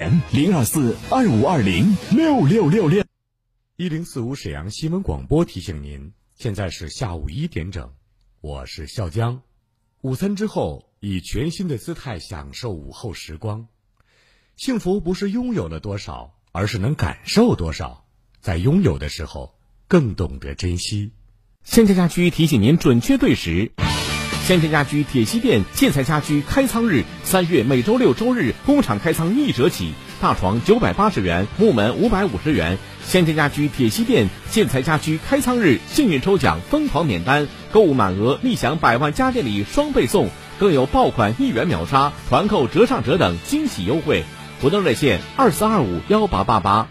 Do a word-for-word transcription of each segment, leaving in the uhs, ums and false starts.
零二四二五二零六六六六。 一零四五沈阳新闻广播提醒您，现在是下午一点整，我是笑江。午餐之后，以全新的姿态享受午后时光。幸福不是拥有了多少，而是能感受多少。在拥有的时候，更懂得珍惜。 先家家居提醒您准确对时。先家家居铁西店建材家居开仓日，三月每周六周日工厂开仓一折起，大床九百八十元，木门五百五十元。先家家居铁西店建材家居开仓日，幸运抽奖疯狂免单，购物满额立享百万家电礼双倍送，更有爆款一元秒杀、团购折上折等惊喜优惠。活动热线二四二五幺八八八。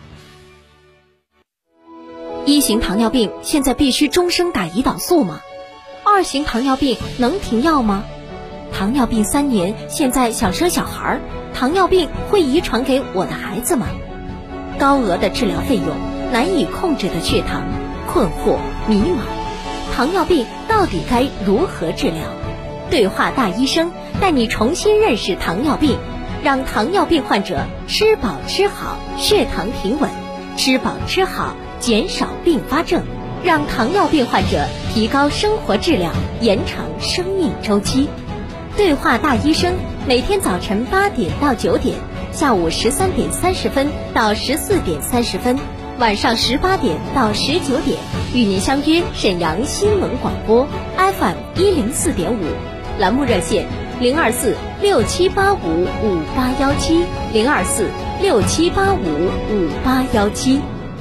一型糖尿病现在必须终生打胰岛素吗？二型糖尿病能停药吗？糖尿病三年，现在想生小孩，糖尿病会遗传给我的孩子吗？高额的治疗费用，难以控制的血糖，困惑迷茫，糖尿病到底该如何治疗？对话大医生带你重新认识糖尿病，让糖尿病患者吃饱吃好，血糖平稳，吃饱吃好，减少并发症，让糖尿病患者提高生活质量，延长生命周期。对话大医生，每天早晨八点到九点，下午十三点三十分到十四点三十分，晚上十八点到十九点，与您相约沈阳新闻广播 F M 一零四点五，栏目热线零二四六七八五五八幺七零二四六七八五五八幺七。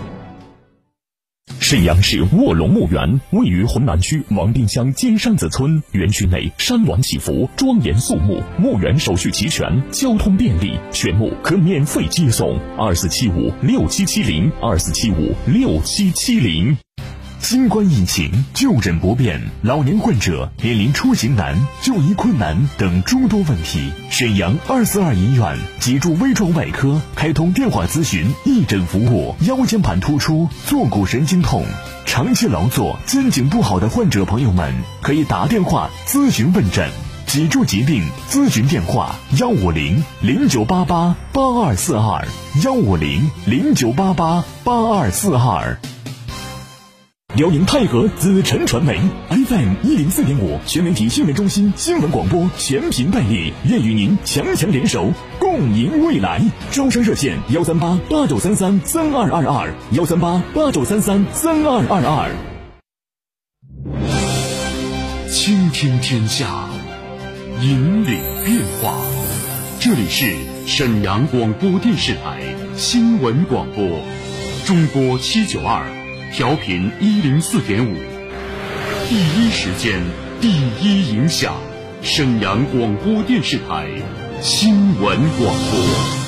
沈阳市卧龙墓园位于浑南区王丁乡金山子村，园区内山峦起伏，庄严肃穆，墓园手续齐全，交通便利，选墓可免费接送。二四七五六七七零二四七五六七七零。新冠疫情就诊不便，老年患者面临出行难、就医困难等诸多问题。沈阳二四二医院脊柱微创外科开通电话咨询义诊服务，腰间盘突出、坐骨神经痛、长期劳作、肩颈不好的患者朋友们可以打电话咨询问诊。脊柱疾病咨询电话：幺五零零九八八八二四二，幺五零零九八八八二四二。辽宁泰和紫辰传媒 F M 一零四点五全媒体新闻中心新闻广播全频代理，愿与您强强联手，共赢未来。招商热线幺三八八九三三三二二二，幺三八八九三三三二二二。倾听天下，引领变化。这里是沈阳广播电视台新闻广播，中波七九二。调频一零四点五，第一时间，第一影响，沈阳广播电视台新闻广播。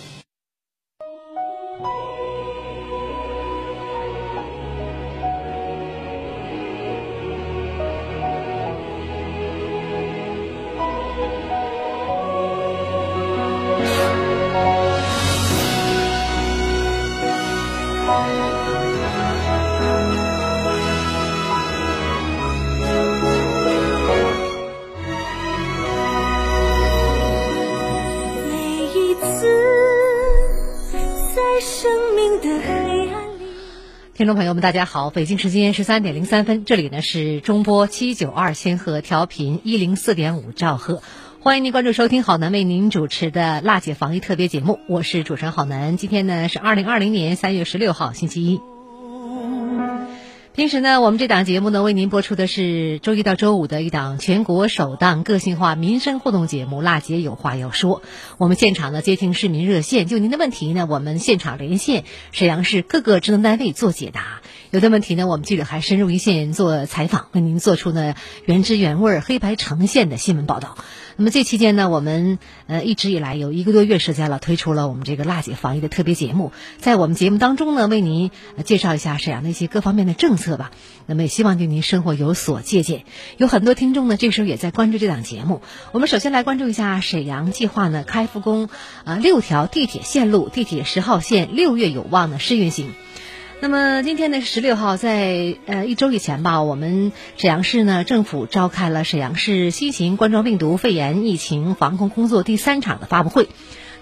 听众朋友们大家好，北京时间十三点零三分，这里呢是中波七九二千赫调频一零四点五兆赫，欢迎您关注收听好男为您主持的辣姐防疫特别节目，我是主持人好男。今天呢是二零二零年三月十六号星期一。平时呢，我们这档节目呢为您播出的是周一到周五的一档全国首档个性化民生互动节目《辣姐有话要说》。我们现场呢接听市民热线，就您的问题呢，我们现场连线沈阳市各个职能单位做解答。有的问题呢，我们记者还深入一线做采访，为您做出呢原汁原味、黑白呈现的新闻报道。那么这期间呢，我们呃一直以来有一个多月时间了，推出了我们这个辣姐防疫的特别节目。在我们节目当中呢，为您、呃、介绍一下沈阳的一些各方面的政策吧。那么也希望对您生活有所借鉴。有很多听众呢，这个时候也在关注这档节目。我们首先来关注一下沈阳计划呢开复工啊、呃、六条地铁线路，地铁十号线六月有望呢试运行。那么今天呢是十六号，在呃一周以前吧，我们沈阳市呢政府召开了沈阳市新型冠状病毒肺炎疫情防控工作第三场的发布会。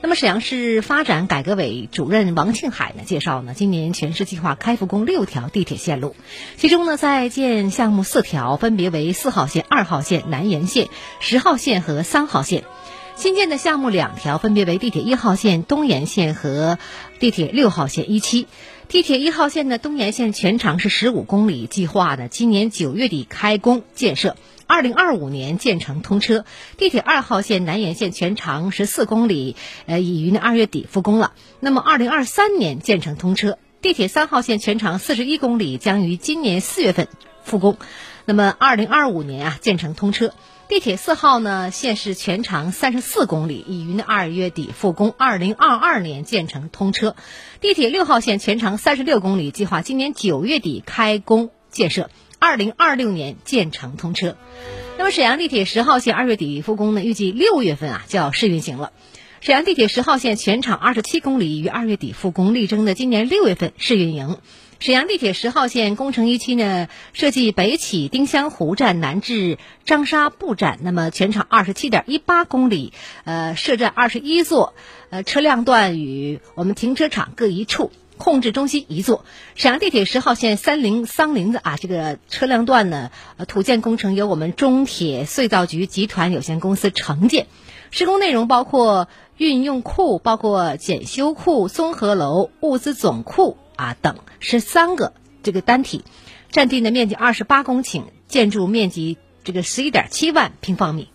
那么沈阳市发展改革委主任王庆海呢介绍呢，今年全市计划开复工六条地铁线路，其中呢在建项目四条，分别为四号线、二号线、南延线、十号线和三号线。新建的项目两条，分别为地铁一号线东延线和地铁六号线一期。地铁一号线的东延线全长是十五公里，计划呢今年九月底开工建设，二零二五年建成通车。地铁二号线南延线全长十四公里，呃，已于二月底复工了。那么二零二三年建成通车。地铁三号线全长四十一公里，将于今年四月份复工。那么二零二五年啊建成通车。地铁四号呢线是全长三十四公里，已于二月底复工，二零二二年建成通车。地铁六号线全长三十六公里，计划今年九月底开工建设，二零二六年建成通车。那么沈阳地铁十号线二月底复工呢，预计六月份啊就要试运行了。沈阳地铁十号线全长二十七公里，于二月底复工，力争的今年六月份试运营。沈阳地铁十号线工程一期呢，设计北起丁香湖站，南至张沙布站，那么全长二十七点一八公里，呃，设站二十一座，呃，车辆段与我们停车场各一处，控制中心一座。沈阳地铁十号线三林桑林子啊，这个车辆段呢，呃，土建工程由我们中铁隧道局集团有限公司承建，施工内容包括运用库、包括检修库、综合楼、物资总库啊等十三个这个单体，占地的面积二十八公顷，建筑面积这个十一点七万平方米。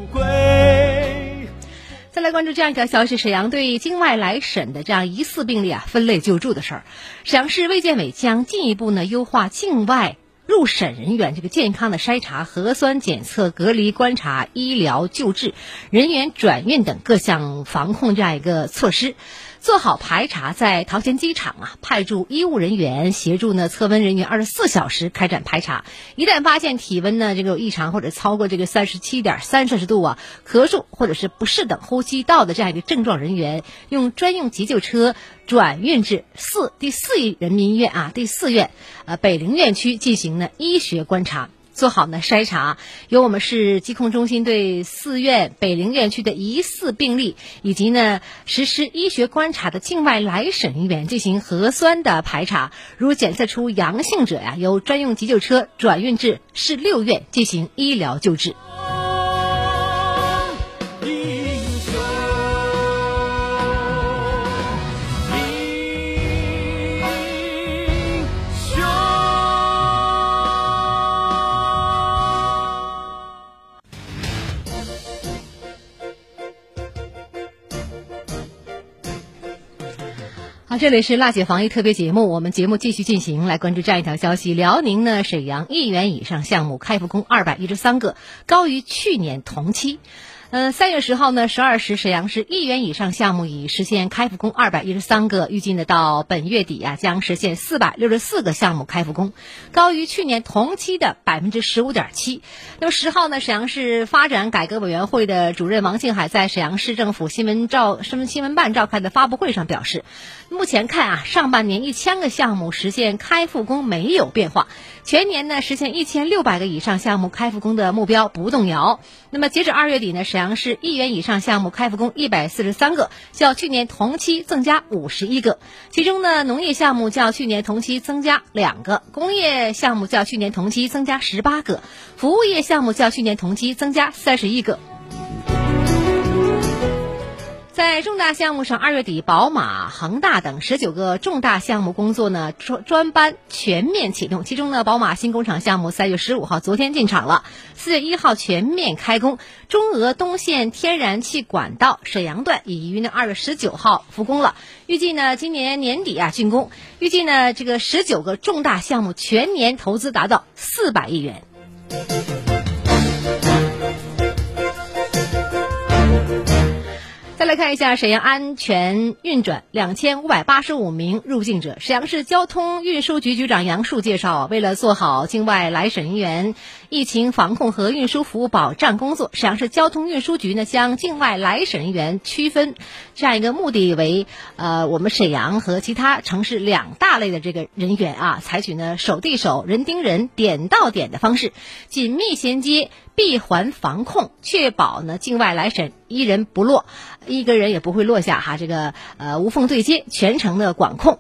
再来关注这样一条消息，沈阳对境外来沈的这样疑似病例啊分类救助的事儿。沈阳市卫健委将进一步呢优化境外入沈人员这个健康的筛查、核酸检测、隔离观察、医疗救治、人员转运等各项防控这样一个措施，做好排查。在桃园机场啊，派驻医务人员协助呢测温人员二十四小时开展排查。一旦发现体温呢这个有异常或者超过这个三十七点三摄氏度啊，咳嗽或者是不适等呼吸道的这样一个症状人员，用专用急救车转运至四第四人民医院啊第四院呃北陵院区进行呢医学观察。做好呢筛查，由我们市疾控中心对四院北陵院区的疑似病例以及呢实施医学观察的境外来沈人员进行核酸的排查，如检测出阳性者呀，由专用急救车转运至市六院进行医疗救治。好，这里是辣姐防疫特别节目，我们节目继续进行，来关注这样一条消息：辽宁呢沈阳一元以上项目开复工二百一十三个，高于去年同期。呃，三月十号呢，十二时，沈阳市一元以上项目已实现开复工二百一十三个，预计呢到本月底啊，将实现四百六十四个项目开复工，高于去年同期的百分之十五点七。那么十号呢，沈阳市发展改革委员会的主任王庆海在沈阳市政府新闻召新新闻办召开的发布会上表示，目前看啊，上半年一千个项目实现开复工没有变化，全年呢实现一千六百个以上项目开复工的目标不动摇。那么截止二月底呢，沈阳市一元以上项目开复工一百四十三个，较去年同期增加五十一个。其中呢，农业项目较去年同期增加两个，工业项目较去年同期增加十八个，服务业项目较去年同期增加三十一个。在重大项目上，二月底宝马、恒大等十九个重大项目工作呢专专班全面启动。其中呢，宝马新工厂项目三月十五号昨天进场了，四月一号全面开工。中俄东线天然气管道沈阳段已于呢二月十九号复工了，预计呢今年年底啊竣工。预计呢这个十九个重大项目全年投资达到四百亿元。再来看一下沈阳安全运转两千五百八十五名入境者。沈阳市交通运输局局长杨树介绍，为了做好境外来沈人员疫情防控和运输服务保障工作，沈阳市交通运输局呢将境外来沈人员区分这样一个目的为呃我们沈阳和其他城市两大类的这个人员啊，采取呢手递手、人盯人、点到点的方式，紧密衔接闭环防控，确保呢境外来审一人不落，一个人也不会落下哈，这个呃无缝对接，全程的管控。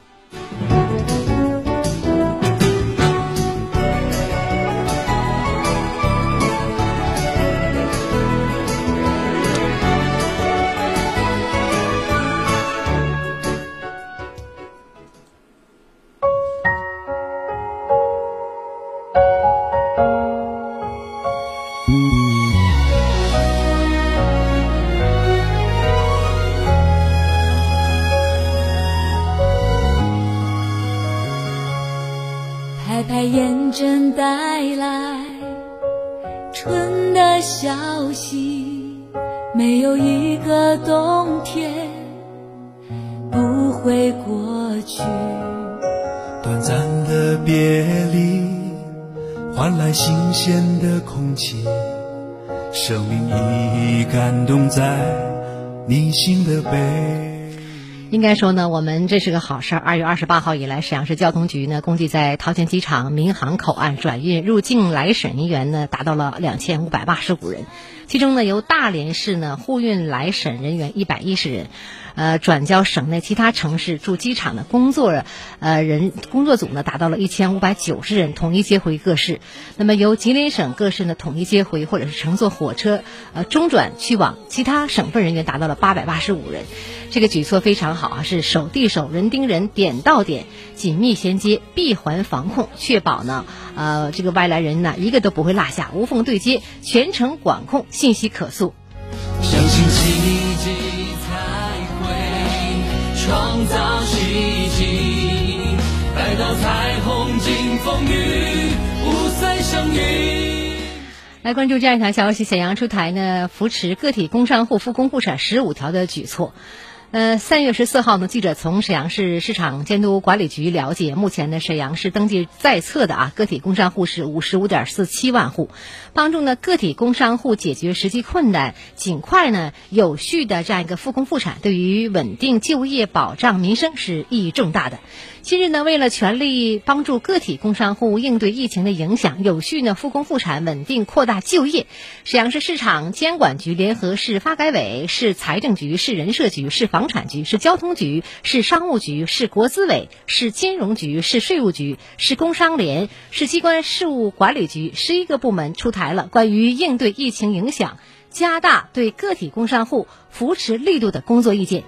拍拍眼针带来春的消息，没有一个冬天不会过去。 短暂的别离换来新鲜的空气，生命意义感动在你心的背。 应该说呢，我们这是个好事儿。二月二十八号以来，沈阳市交通局呢，共计在桃园机场民航口岸转运入境来审人员呢，达到了两千五百八十五人，其中呢，由大连市呢沪运来审人员一百一十人，呃，转交省内其他城市驻机场的工作呃人工作组呢，达到了一千五百九十人，统一接回各市。那么由吉林省各市呢统一接回，或者是乘坐火车呃中转去往其他省份人员达到了八百八十五人。这个举措非常好啊，是手递手、人盯人、点到点，紧密衔接，闭环防控，确保呢，呃，这个外来人呢一个都不会落下，无缝对接，全程管控，信息可溯。 相信奇迹才会创造奇迹，待到彩虹尽风雨，五彩相遇。 来关注这样一条消息，沈阳出台呢扶持个体工商户复工复产十五条的举措。呃，三月十四号呢，记者从沈阳市市场监督管理局了解，目前呢，沈阳市登记在册的啊个体工商户是五十五点四七万户，帮助呢个体工商户解决实际困难，尽快呢有序的这样一个复工复产，对于稳定就业、保障民生是意义重大的。近日呢，为了全力帮助个体工商户应对疫情的影响，有序呢复工复产，稳定扩大就业，沈阳市市场监管局联合市发改委、市财政局、市人社局、市房产局、市交通局、市商务局、市国资委、市金融局、市税务局、市工商联、市机关事务管理局十一个部门出台了关于应对疫情影响、加大对个体工商户扶持力度的工作意见。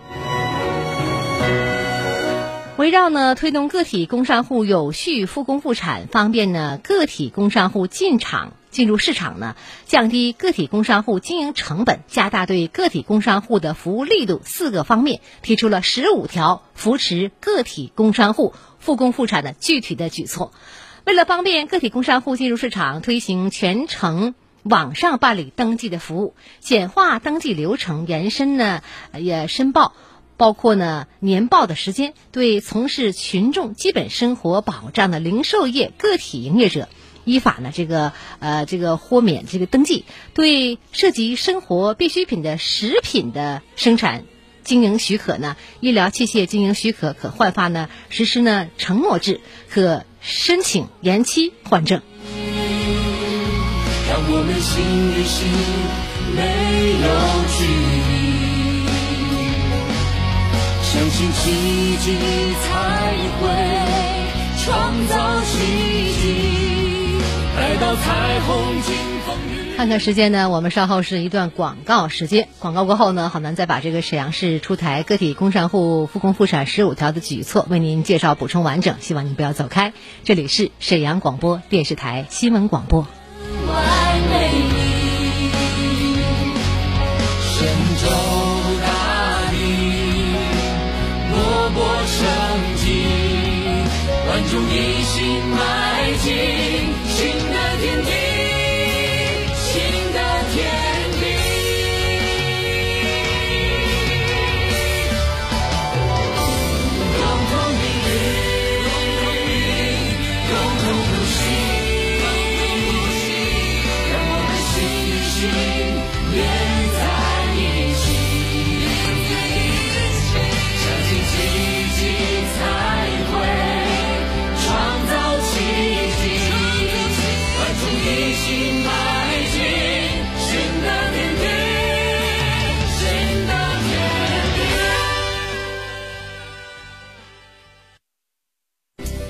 围绕呢推动个体工商户有序复工复产，方便呢个体工商户进场进入市场呢，降低个体工商户经营成本，加大对个体工商户的服务力度四个方面，提出了十五条扶持个体工商户复工复产的具体的举措。为了方便个体工商户进入市场，推行全程网上办理登记的服务，简化登记流程，延伸呢也申报。包括呢年报的时间，对从事群众基本生活保障的零售业个体营业者，依法呢这个呃这个豁免这个登记，对涉及生活必需品的食品的生产经营许可呢，医疗器械经营许可可换发呢，实施呢承诺制，可申请延期换证。 让我们心与心没有距离，相信奇迹才会创造奇迹，待到彩虹尽风雨。 看看时间呢，我们稍后是一段广告时间。广告过后呢，好男再把这个沈阳市出台个体工商户复工复产十五条的举措为您介绍补充完整，希望您不要走开。这里是沈阳广播电视台新闻广播。 神州大地，勃勃生机，万众一心迈进新的天地，新的天地。共同命运，共同呼吸，让我们心与心连在一起，相信奇迹才会创造奇迹，万众一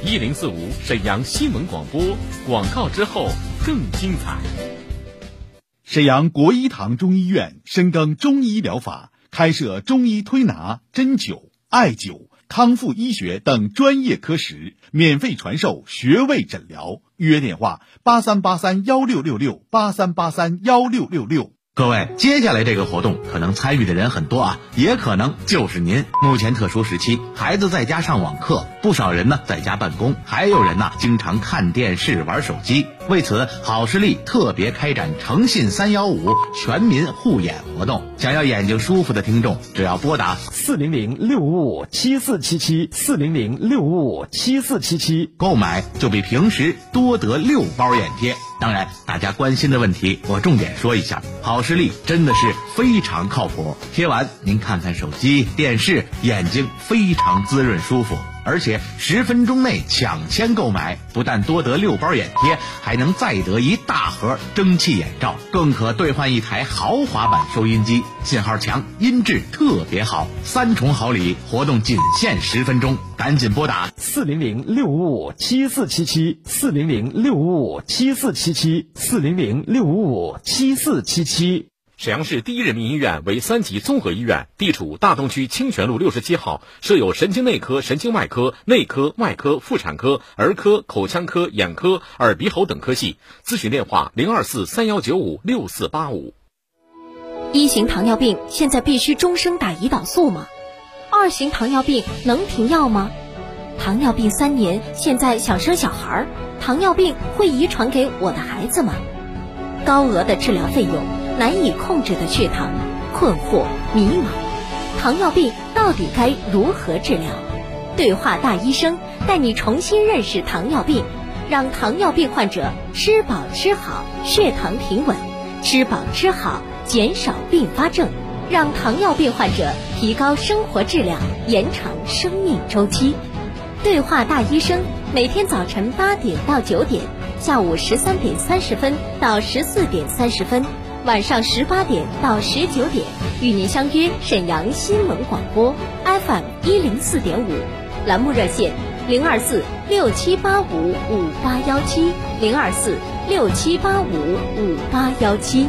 一零四五沈阳新闻广播，广告之后更精彩。 沈阳国医堂中医院深耕中医疗法，开设中医推拿、针灸、艾灸、康复医学等专业科室，免费传授穴位诊疗。预约电话：八三八三幺六六六八三八三幺六六六。 各位，接下来这个活动可能参与的人很多啊，也可能就是您。目前特殊时期，孩子在家上网课，不少人呢在家办公，还有人呢经常看电视玩手机。为此，好视力特别开展诚信三幺五全民护眼活动。想要眼睛舒服的听众，只要拨打四零零六五五七四七七四零零六五五七四七七， 购买就比平时多得六包眼贴。当然，大家关心的问题，我重点说一下，好视力真的是非常靠谱。贴完您看看手机、电视，眼睛非常滋润舒服。而且十分钟内抢签购买，不但多得六包眼贴，还能再得一大盒蒸汽眼罩，更可兑换一台豪华版收音机，信号强，音质特别好，三重好礼。活动仅限十分钟，赶紧拨打四零零六五五七四七七四零零六五五七四七七四零零六五五七四七七。 沈阳市第一人民医院为三级综合医院，地处大东区清泉路六十七号，设有神经内科、神经外科、内科、外科、妇产科、儿科、口腔科、眼科、耳鼻喉等科系。咨询电话零二四三幺九五六四八五。 一型糖尿病现在必须终生打胰岛素吗？二型糖尿病能停药吗？糖尿病三年，现在想生小孩，糖尿病会遗传给我的孩子吗？高额的治疗费用，难以控制的血糖，困惑迷茫，糖尿病到底该如何治疗？对话大医生带你重新认识糖尿病，让糖尿病患者吃饱吃好，血糖平稳，吃饱吃好，减少并发症，让糖尿病患者提高生活质量，延长生命周期。对话大医生每天早晨八点到九点，下午十三点三十分到十四点三十分，晚上十八点到十九点，与您相约沈阳新闻广播 F M 一零四点五，栏目热线零二四六七八五五八幺七零二四六七八五五八幺七。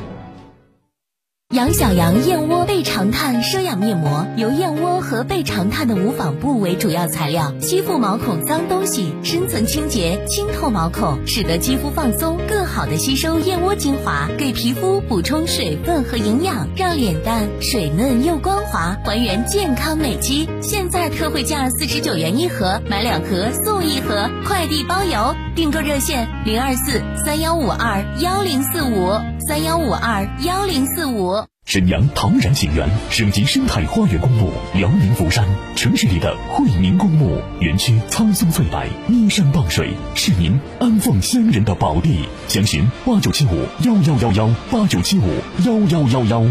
杨小羊燕窝倍长炭奢养面膜由燕窝和倍长炭的无纺布为主要材料，吸附毛孔脏东西，深层清洁，清透毛孔，使得肌肤放松，更好的吸收燕窝精华，给皮肤补充水分和营养，让脸蛋水嫩又光滑，还原健康美肌。现在特惠价四十九元一盒，买两盒送一盒，快递包邮。订购热线零二四三幺五二幺零四五三幺五二幺零四五。 沈阳唐然景园省级生态花园公墓辽宁福山，城市里的惠民公墓，园区苍松翠柏，依山傍水，是您安放先人的宝地。详询八九七五幺幺幺幺八九七五幺幺幺幺。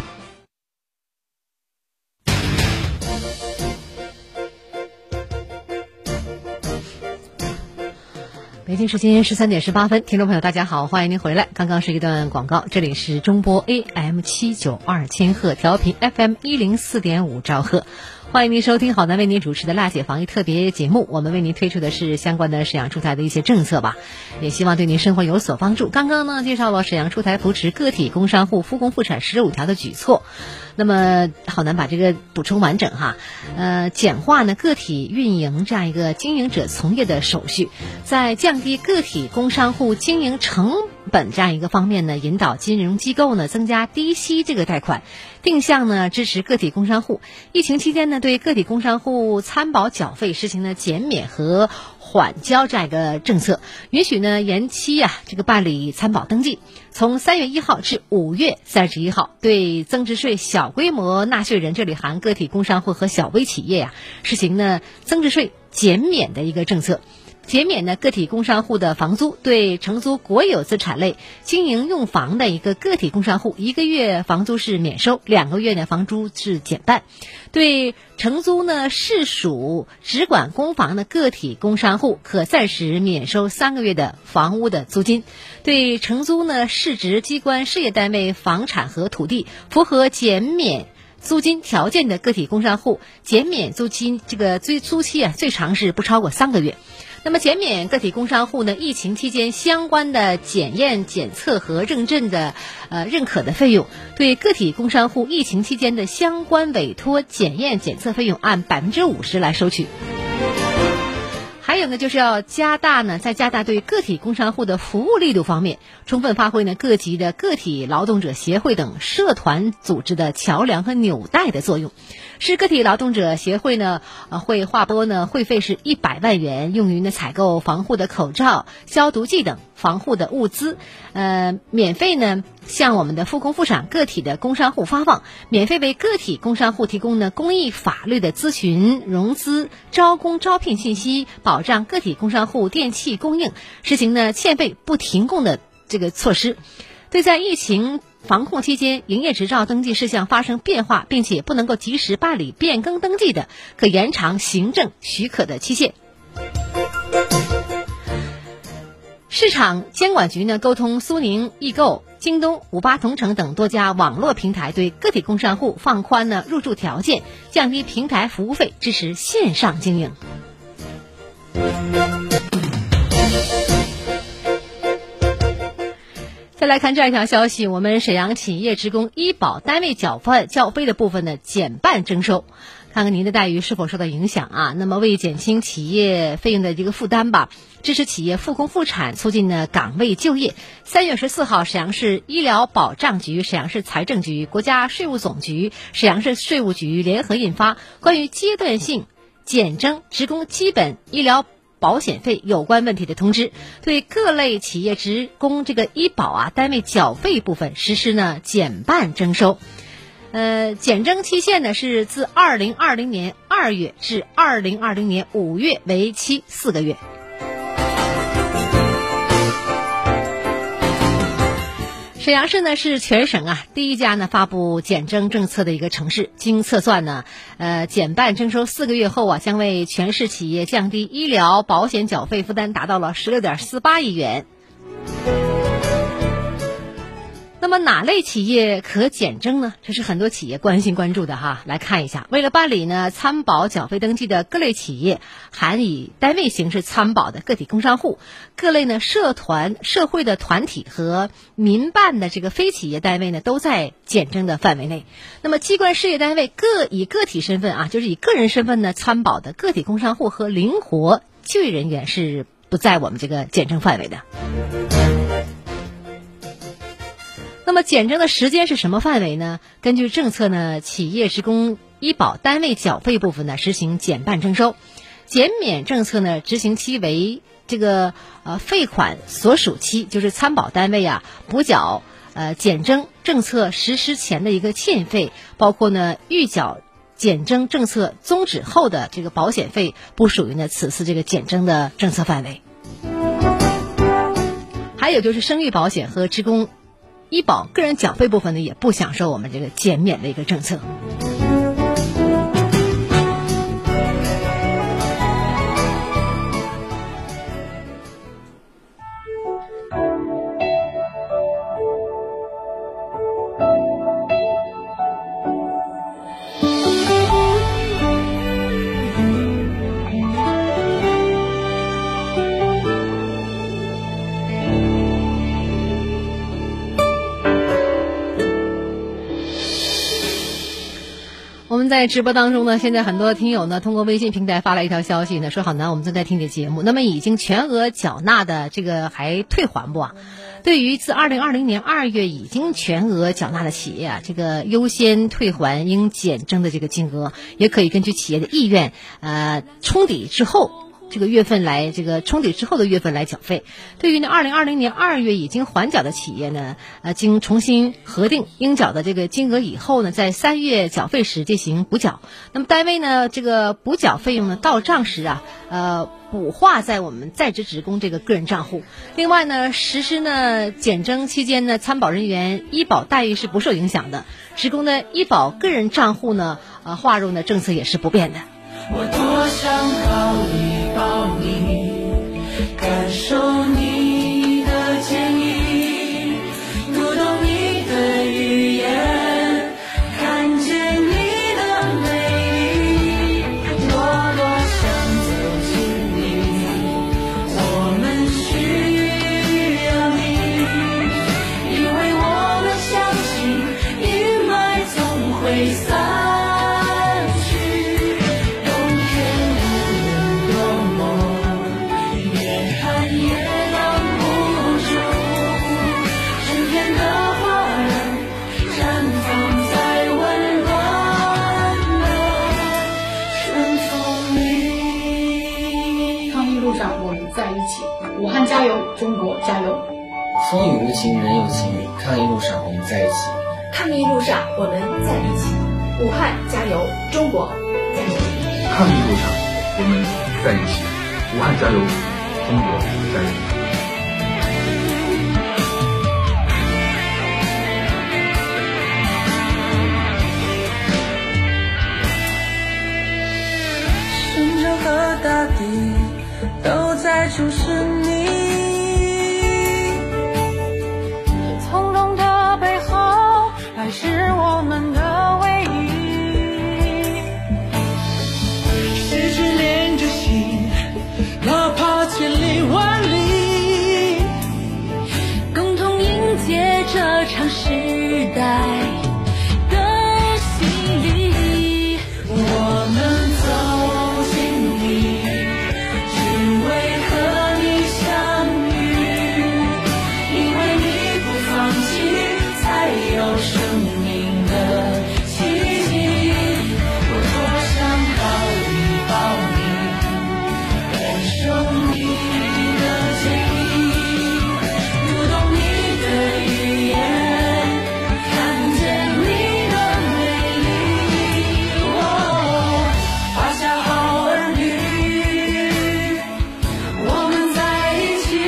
北京时间十三点十八分，听众朋友大家好，欢迎您回来。刚刚是一段广告，这里是中波 A M 七九二千赫，调频 F M 一零四点五兆赫。欢迎您收听好男为您主持的辣姐防疫特别节目，我们为您推出的是相关的沈阳出台的一些政策吧，也希望对您生活有所帮助。刚刚呢介绍了沈阳出台扶持个体工商户复工复产十五条的举措，那么好男把这个补充完整哈，呃，简化呢个体运营这样一个经营者从业的手续，在降低个体工商户经营成本这样一个方面呢，引导金融机构呢增加低息这个贷款，定向呢支持个体工商户。疫情期间呢，对个体工商户参保缴费实行了减免和缓交这样一个政策，允许呢延期啊这个办理参保登记，从三月一号至五月三十一号，对增值税小规模纳税人，这里含个体工商户和小微企业呀、啊，实行呢增值税减免的一个政策。减免呢个体工商户的房租，对承租国有资产类经营用房的一个个体工商户，一个月房租是免收，两个月呢房租是减半。对承租呢市属直管公房的个体工商户，可暂时免收三个月的房屋的租金。对承租呢市直机关事业单位房产和土地，符合减免租金条件的个体工商户，减免租金这个最租期啊最长是不超过三个月。 那么减免个体工商户呢疫情期间相关的检验检测和认证的呃认可的费用，对个体工商户疫情期间的相关委托检验检测费用按百分之五十来收取。还有呢，就是要加大呢，在加大对个体工商户的服务力度方面，充分发挥呢各级的个体劳动者协会等社团组织的桥梁和纽带的作用。市个体劳动者协会呢，呃，会划拨呢会费是一百万元，用于呢采购防护的口罩、消毒剂等防护的物资，呃，免费呢向我们的复工复产个体的工商户发放，免费为个体工商户提供呢公益法律的咨询、融资、招工招聘信息，保障个体工商户电气供应，实行呢欠费不停供的这个措施。对在疫情防控期间营业执照登记事项发生变化，并且不能够及时办理变更登记的，可延长行政许可的期限。市场监管局呢，沟通苏宁易购、京东、五八同城等多家网络平台，对个体工商户放宽呢入驻条件，降低平台服务费，支持线上经营。再来看这样一条消息，我们沈阳企业职工医保单位缴费缴费的部分呢减半征收，看看您的待遇是否受到影响啊？那么为减轻企业费用的这个负担吧，支持企业复工复产，促进呢岗位就业。三月十四号，沈阳市医疗保障局、沈阳市财政局、国家税务总局、沈阳市税务局联合印发《关于阶段性减征职工基本医疗保险费有关问题的通知》，对各类企业职工这个医保啊单位缴费部分实施呢减半征收。呃，减征期限呢是自二零二零年二月至二零二零年五月，为期四个月。沈阳市呢是全省啊第一家呢发布减征政策的一个城市。经测算呢，呃，减半征收四个月后啊，将为全市企业降低医疗保险缴费负担达到了十六点四八亿元。那么哪类企业可减征呢？这是很多企业关心关注的哈。来看一下，为了办理呢参保缴费登记的各类企业，含以单位形式参保的个体工商户，各类呢社团、社会的团体和民办的这个非企业单位呢，都在减征的范围内。那么机关事业单位各以个体身份啊，就是以个人身份呢参保的个体工商户和灵活就业人员是不在我们这个减征范围的。那么减征的时间是什么范围呢？根据政策呢，企业职工医保单位缴费部分呢实行减半征收，减免政策呢执行期为这个呃费款所属期，就是参保单位啊补缴呃减征政策实施前的一个欠费，包括呢预缴减征政策终止后的这个保险费，不属于呢此次这个减征的政策范围。还有就是生育保险和职工医保个人缴费部分呢，也不享受我们这个减免的一个政策。我们在直播当中呢，现在很多听友呢通过微信平台发了一条消息呢，说好男，我们正在听你的节目。那么已经全额缴纳的这个还退还不啊？对于自二零二零年二月已经全额缴纳的企业啊，这个优先退还应减征的这个金额，也可以根据企业的意愿，呃，冲抵之后。这个月份来这个冲抵之后的月份来缴费。对于呢二零二零年二月已经还缴的企业呢，呃，经重新核定应缴的这个金额以后呢，在三月缴费时进行补缴。那么单位呢，这个补缴费用呢到账时啊，呃，补划在我们在职职工这个个人账户。另外呢，实施呢减征期间呢，参保人员医保待遇是不受影响的，职工的医保个人账户呢，呃，划入呢政策也是不变的。 我多想抱一抱你，感受你的建议，读懂你的语言，看见你的美丽，多多想走进你在一起。武汉加油，中国加油！ 风雨无情，人有情。抗疫路上我们在一起， 抗疫路上我们在一起。武汉加油，中国加油！ 抗疫路上我们在一起，武汉加油，中国加油！ 深圳和大地都在注视你，从容的背后，爱是我们的唯一。 十指连着心，哪怕千里万里， 共同迎接这场时代的洗礼。 我们走进你，只为和你相遇，因为你不放弃，才有生命的奇迹。我多想抱一抱你，感受你的坚毅，读懂你的语言，看见你的美丽。哦，华夏好儿女，我们在一起，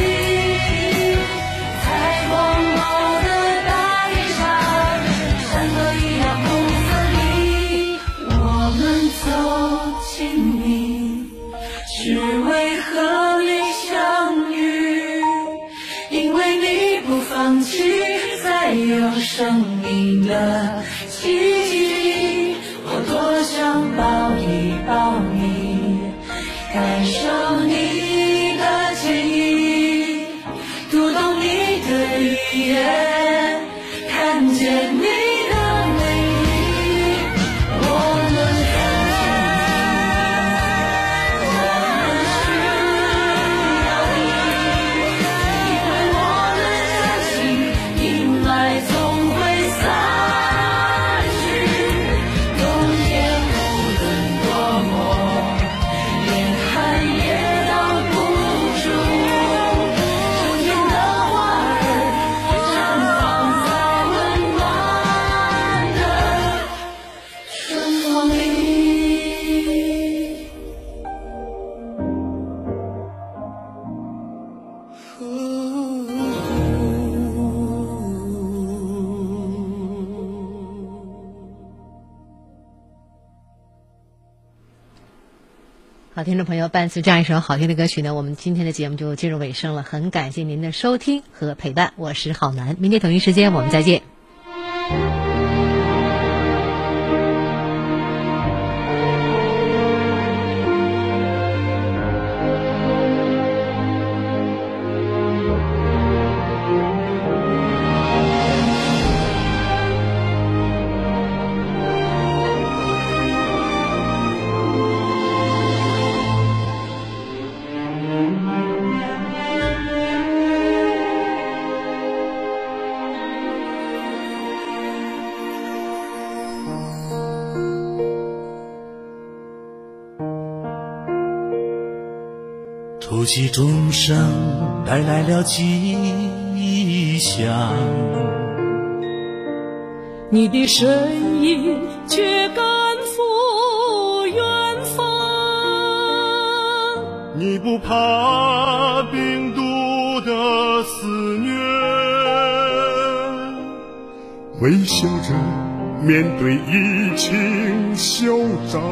在广袤的大地上，山河一样不分离。我们走进你，只为和你相遇，因为你不放弃，才有生命的奇迹。我多想抱一抱你，感受你的坚毅，读懂你的语言，看见你的美丽。我们好，听众朋友，伴随这样一首好听的歌曲呢，我们今天的节目就进入尾声了。很感谢您的收听和陪伴，我是郝楠，明天同一时间我们再见。 吐气钟声带来了吉祥， 你的身影却赶赴远方。 你不怕病毒的肆虐，微笑着面对疫情嚣张。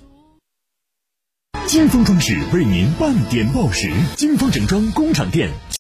金丰装饰为您半点报时，金丰整装工厂店。